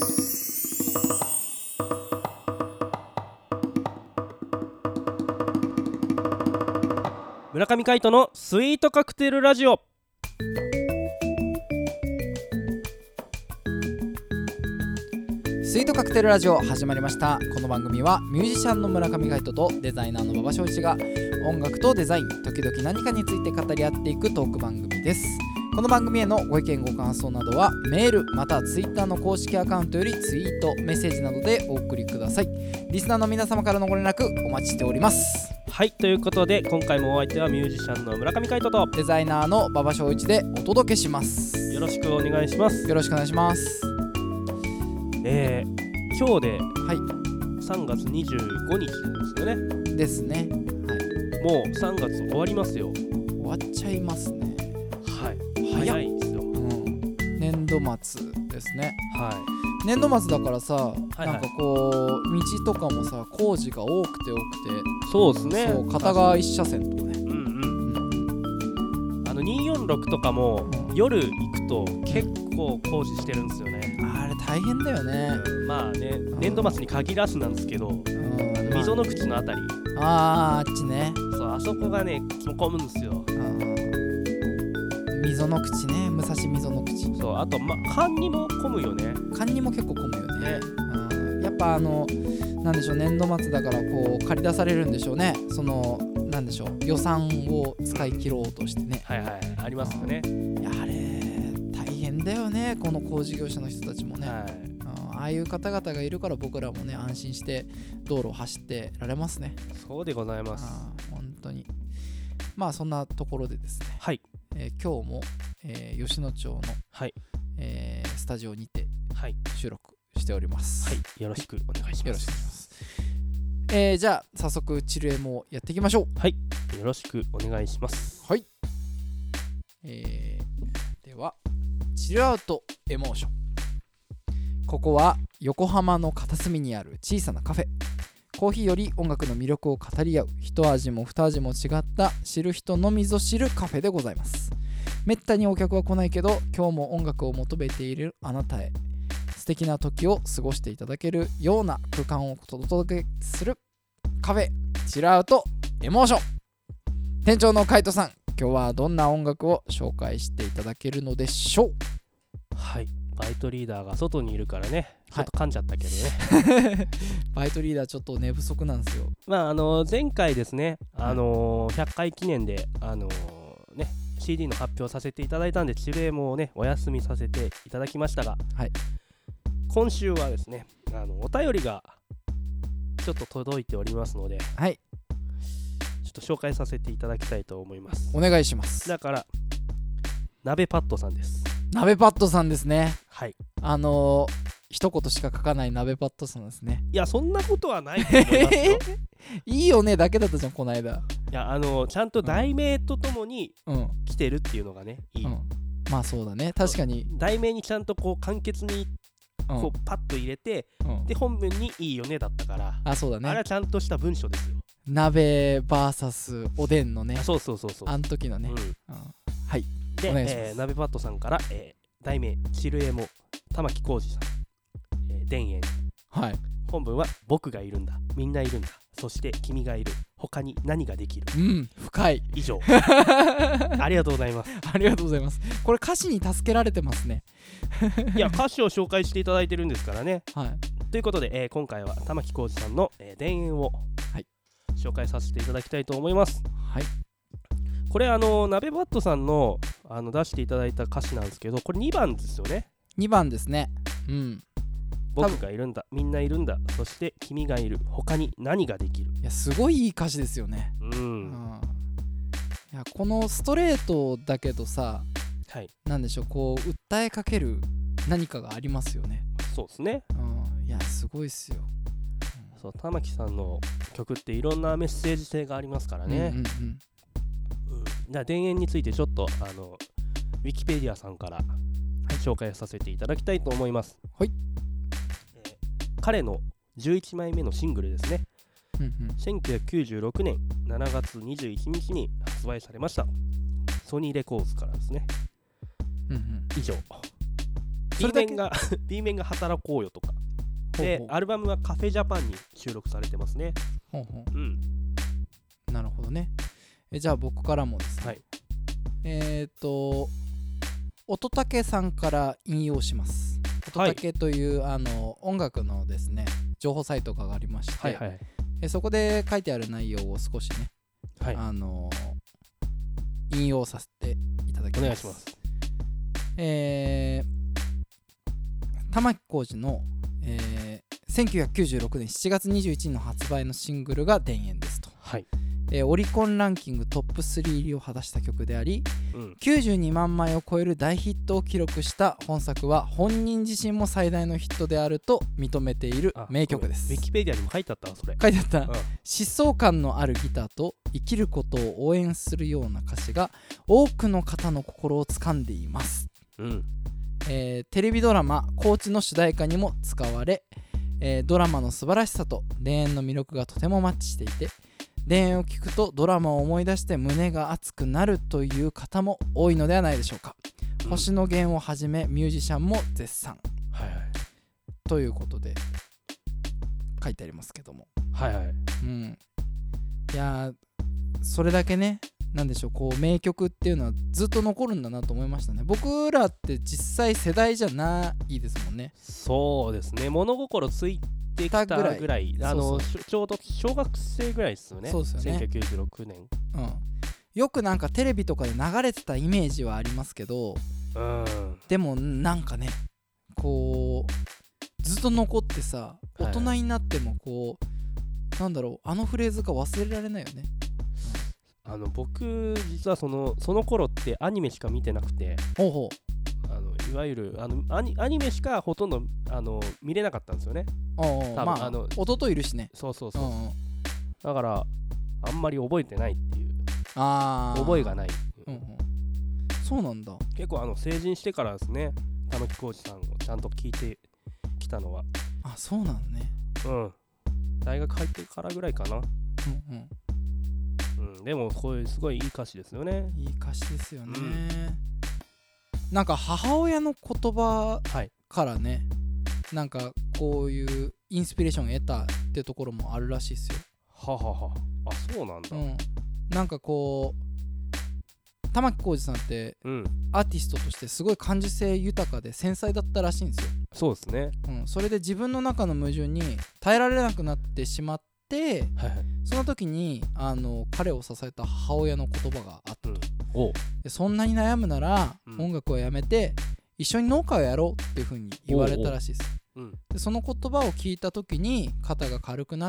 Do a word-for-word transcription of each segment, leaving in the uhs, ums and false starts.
村上海人のスイートカクテルラジオ。 スイートカクテルラジオ始まりました。この番組はミュージシャンの村上海人とデザイナーの馬場翔一が音楽とデザイン、時々何かについて語り合っていくトーク番組です。この番組へのご意見ご感想などはメールまたはツイッターの公式アカウントよりツイートメッセージなどでお送りください。リスナーの皆様からのご連絡お待ちしております。 はい、ということで今回もお相手はミュージシャンの村上海人とデザイナーの馬場翔一でお届けします。 よろしくお願いします。 よろしくお願いします。 えー、今日ではいさんがつにじゅうごにちですよね。 ですね。はい。 もうさんがつ終わりますよ。 終わっちゃいますね。 はい。早いですよ。 うん、年度末ですね。 はい。 年度末だからさ、 はいはい、 なんかこう道とかもさ工事が多くて多くて、 そうですね。 そう片側一車線とかね。 うんうん。うん、あのにひゃくよんじゅうろくとかも、うん、夜行くと結構工事してるんですよね。 あれ大変だよね。 うん、まあね、年度末に限らずなんですけど、うん、あの溝の口のあたり、 あーあっちね。 そうあそこがね混むんですよ。 溝の口ね、武蔵溝の口。 そうあとま勘にも混むよね。 勘にも結構混むよね。 ね、 うん、やっぱあのなんでしょう、年度末だからこう借り出されるんでしょうね。そのなんでしょう、予算を使い切ろうとしてね。 はいはいありますよね。 いやあれ大変だよね、この工事業者の人たちもね。はい、ああいう方々がいるから僕らもね安心して道路を走ってられますね。 そうでございます。 あ本当に。まあそんなところでですね。 はい。 えー、今日も、えー、吉野町の、 はいえー、スタジオにて収録しております。 はい。よろしくお願いします。 よろしくお願いします。えー、じゃあ早速チルエモをやっていきましょう。 はい。よろしくお願いします。 はい。えー、ではチルアウトエモーション。ここは横浜の片隅にある小さなカフェ。コーヒーより音楽の魅力を語り合う、一味も二味も違った知る人のみぞ知るカフェでございます。めったにお客は来ないけど今日も音楽を求めているあなたへ素敵な時を過ごしていただけるような空間をお届けするカフェチルアウトエモーション。店長の海人さん、今日はどんな音楽を紹介していただけるのでしょう。 はい、バイトリーダーが外にいるからね、ちょっと噛んじゃったけどね、 はい、バイトリーダーちょっと寝不足なんですよ。 まああの前回ですね、あのー、ひゃっかい記念であのー、ね シーディー の発表させていただいたんでチルエモをねお休みさせていただきましたが、はい、今週はですねあのお便りがちょっと届いておりますので、はい、ちょっと紹介させていただきたいと思います。 お願いします。 だから鍋パッドさんです。 鍋パッドさんですね。 はい、あのー、一言しか書かない鍋パッドさんですね。 いやそんなことはないと思いますよいいよねだけだったじゃんこの間。 いやあのー、ちゃんと題名とともに来てるっていうのがね、うん、いい、うん、 まあそうだね、確かに題名にちゃんとこう簡潔にこうパッと入れて、うん、で本文にいいよねだったから、 あそうだね、 あれはちゃんとした文章ですよ。 鍋 ブイエス おでんのね、 そうそうそうそう、 あの時のね、うんうん、はい、 で、えー、鍋パッドさんから、えー、題名チルエモ玉置浩二さん、えー、田園、はい、本文は僕がいるんだみんないるんだそして君がいる他に何ができる、 うん、深い以上ありがとうございます。 ありがとうございます。これ歌詞に助けられてますねいや歌詞を紹介していただいてるんですからね、はい、ということで、えー、今回は玉置浩二さんの、えー、田園を、はい、紹介させていただきたいと思います。はい、これあの鍋バットさん の, あの出していただいた歌詞なんですけど、これにばんですよね。 にばんですね。うん、 僕がいるんだみんないるんだそして君がいる他に何ができる。 いやすごいいい歌詞ですよね。うん、うん、いやこのストレートだけどさ、はい、なんでしょう、こう訴えかける何かがありますよね。 そうですね、 うん、いやすごいっすよ、 うん、そう玉置さんの曲っていろんなメッセージ性がありますからね。うんうんうん、うん、じゃあ田園についてちょっとあのウィキペディアさんから紹介させていただきたいと思います。はい、えー、彼のじゅういちまいめのシングルですね、うんうん、せんきゅうひゃくきゅうじゅうろくねんしちがつにじゅういちにちに発売されました。ソニーレコーズからですね、うんうん、以上。 B 面がB 面が働こうよとかで、ほうほう、アルバムはカフェジャパンに収録されてますね。 ほうほう、うん、なるほどね。えじゃあ僕からもですね、はい、えっ、ー、と乙武さんから引用します。乙武という、はい、あの音楽のですね情報サイトがありまして、はいはい、えそこで書いてある内容を少しね、はい、あの引用させていただきます。お願いします。えー、玉置浩二の、えー、せんきゅうひゃくきゅうじゅうろくねんしちがつにじゅういちにちの発売のシングルが田園ですと、はい、えー、オリコンランキングトップスリー入りを果たした曲であり、うん、きゅうじゅうにまんまいを超える大ヒットを記録した本作は本人自身も最大のヒットであると認めている名曲です。 ウィキペディアにも書いてあったそれ書いてあった、うん、疾走感のあるギターと生きることを応援するような歌詞が多くの方の心を掴んでいます、うん、えー、テレビドラマ「コーチ」の主題歌にも使われ、えー、ドラマの素晴らしさと田園の魅力がとてもマッチしていて、田園を聞くとドラマを思い出して胸が熱くなるという方も多いのではないでしょうか、うん、星野源をはじめミュージシャンも絶賛、はいはい、ということで書いてありますけども、はいはい、うん、いやそれだけね、なんでしょう、こう名曲っていうのはずっと残るんだなと思いましたね。僕らって実際世代じゃないですもんね。 そうですね、物心ついてきたぐらい、ぐらいあのそうそう、ちょうど小学生ぐらいですよね。そうですよね、せんきゅうひゃくきゅうじゅうろくねん、うん、 よくなんかテレビとかで流れてたイメージはありますけど、うん、でもなんかねこうずっと残ってさ、大人になってもこう、はい、なんだろう、あのフレーズが忘れられないよね。 あの僕実はそのその頃ってアニメしか見てなくて、ほうほう、あのいわゆるあの ア, ニアニメしかほとんどあの見れなかったんですよね。 おうおう、まあ、あの弟いるしね。 そうそうそう、うんうん、だからあんまり覚えてないっていう、あ覚えがない、うんうん、 そうなんだ。 結構あの成人してからですね、玉置浩二さんをちゃんと聞いてきたのは。 あ、そうなのね。 うん、大学入ってからぐらいかな。うんうんうん、でもこういうすごいいい歌詞ですよね。 いい歌詞ですよね、うん、なんか母親の言葉からね、はい、なんかこういうインスピレーションを得たってところもあるらしいですよ。 ははは、あ、そうなんだ、うん、 なんかこう玉置浩二さんって、うん、アーティストとしてすごい感受性豊かで繊細だったらしいんですよ。 そうですね、 うん、それで自分の中の矛盾に耐えられなくなってしまってで、はいはい、その時にあの彼を支えた母親の言葉があったと、うん、おでそんなに悩むなら、うん、音楽をやめて一緒に農家をやろうっていう風に言われたらしいです。おうおう、うん、でその言葉を聞いた時に肩が軽くなって、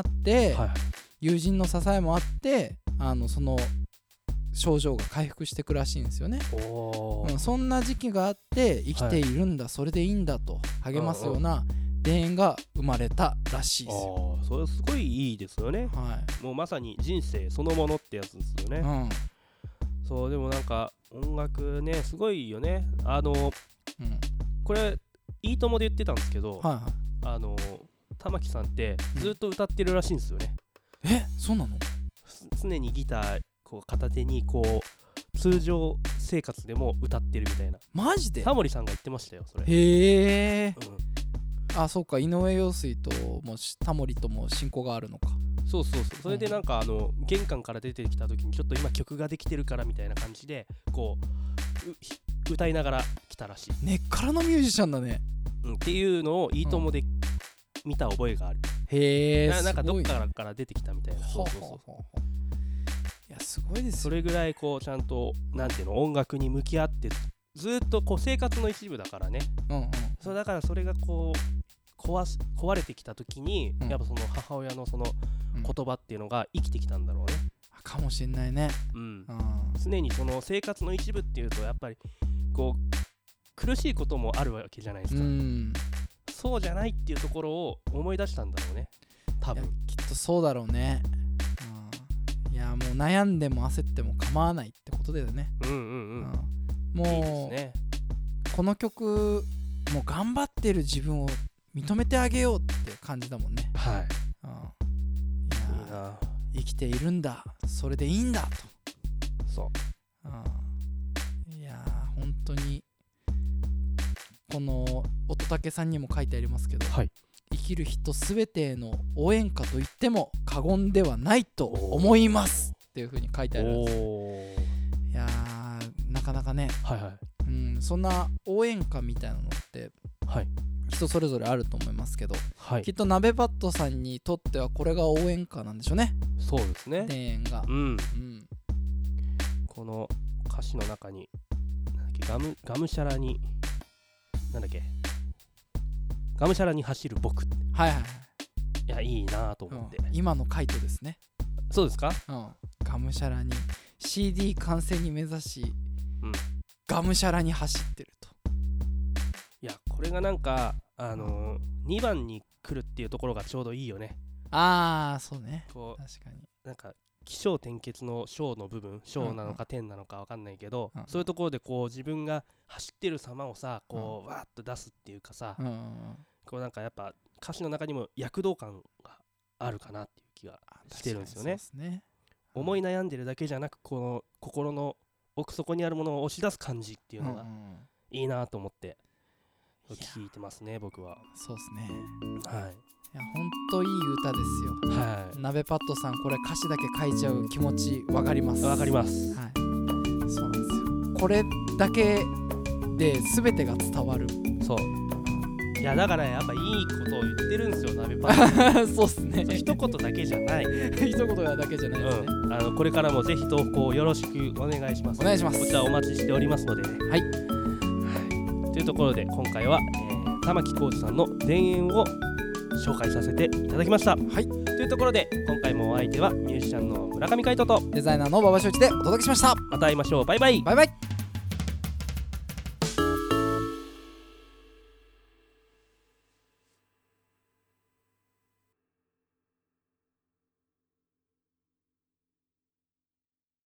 はいはい、友人の支えもあってあのその症状が回復してくらしいんですよね。お、うん、そんな時期があって生きているんだ、はい、それでいいんだと励ますような田園が生まれたらしいですよ。 あ、それすごいいいですよね、はい、もうまさに人生そのものってやつですよね、うん、そう。でもなんか音楽ねすごいよね。あの、うん、これいいともで言ってたんですけど、はいはい、あの玉木さんってずっと歌ってるらしいんですよね、 うん、え、そうなの？ 常にギターこう片手にこう通常生活でも歌ってるみたいな。 マジで？ タモリさんが言ってましたよそれ。 へえ、うん、あ、そうか、井上陽水ともタモリとも親交があるのか。 そうそうそう。それでなんかあの玄関から出てきた時にちょっと今曲ができてるからみたいな感じでこう歌いながら来たらしい。 根っからのミュージシャンだね、 うん、っていうのをいいともで見た覚えがある、 うん、へえ、 な, なんかどっからから出てきたみたいな。そうそうそう。 いやすごいですよ。 それぐらいこうちゃんとなんていうの音楽に向き合ってずっとこう生活の一部だからね、うんうん、そうだからそれがこう 壊, し壊れてきた時に、うん、やっぱその母親のその言葉っていうのが生きてきたんだろうね、 うん、かもしれないね、 うん、常にその生活の一部っていうとやっぱりこう苦しいこともあるわけじゃないですか、うん、そうじゃないっていうところを思い出したんだろうね多分。 きっとそうだろうね、うん、いやもう悩んでも焦っても構わないってことだよね。うんうんうん、うん、もういいですね。この曲もう頑張ってる自分を認めてあげようって感じだもんね。はい、うん、いやいいな、生きているんだ、それでいいんだと。そう、うん、いや本当にここの乙武さんにも書いてありますけど、 はい、 生きる人すべてへの応援歌と言っても過言ではないと思いますっていう風に書いてあるんです。いやーなかなかね、 はいはい、 うん、そんな応援歌みたいなのって、 はい、 人それぞれあると思いますけど、 はい、 きっと鍋パッドさんにとってはこれが応援歌なんでしょうね。 そうですね。 田園が、 うんうん、 うん、 この歌詞の中になんだっけ、ガム、ガムシャラになんだっけがむしゃらに走る僕、 はいはいはい、 いやいいなと思って、 うん、今の回答ですね。 そうですか、 うん、がむしゃらに シーディー 完成に目指し、 うん、 がむしゃらに走ってると。 いやこれがなんかあのー、にばんに来るっていうところがちょうどいいよね。 ああそうね、 こう確かになんか起承転結の小の部分、小なのか点なのか分かんないけど、 うんうん、 そういうところでこう自分が走ってる様をさこう、うん、わーっと出すっていうかさ、 うんうんうん、 こうなんかやっぱ歌詞の中にも躍動感があるかなっていう気がしてるんですよね。 ですね、 うん、思い悩んでるだけじゃなくこの心の奥底にあるものを押し出す感じっていうのがいいなと思って聞いてますね、僕は。 そうですね、 はい、 いやほんといい歌ですよ。はい、鍋パッドさんこれ歌詞だけ書いちゃう気持ち分かります。 分かります、 はい、そうなんですよ。これだけで全てが伝わる。そう、 いやだからやっぱいいことを言ってるんですよ鍋パッドそうっすね、 一言だけじゃない一言だけじゃないですね、 うん、あのこれからもぜひ投稿よろしくお願いします。 お願いします。 こちらお待ちしておりますのでね。はい、はい、というところで今回は、えー、玉置浩二さんの田園を紹介させていただきました。はい、というところで今回もお相手はミュージシャンの村上海人とデザイナーの馬場翔一でお届けしました。 また会いましょう。バイバイ。 バイバイ。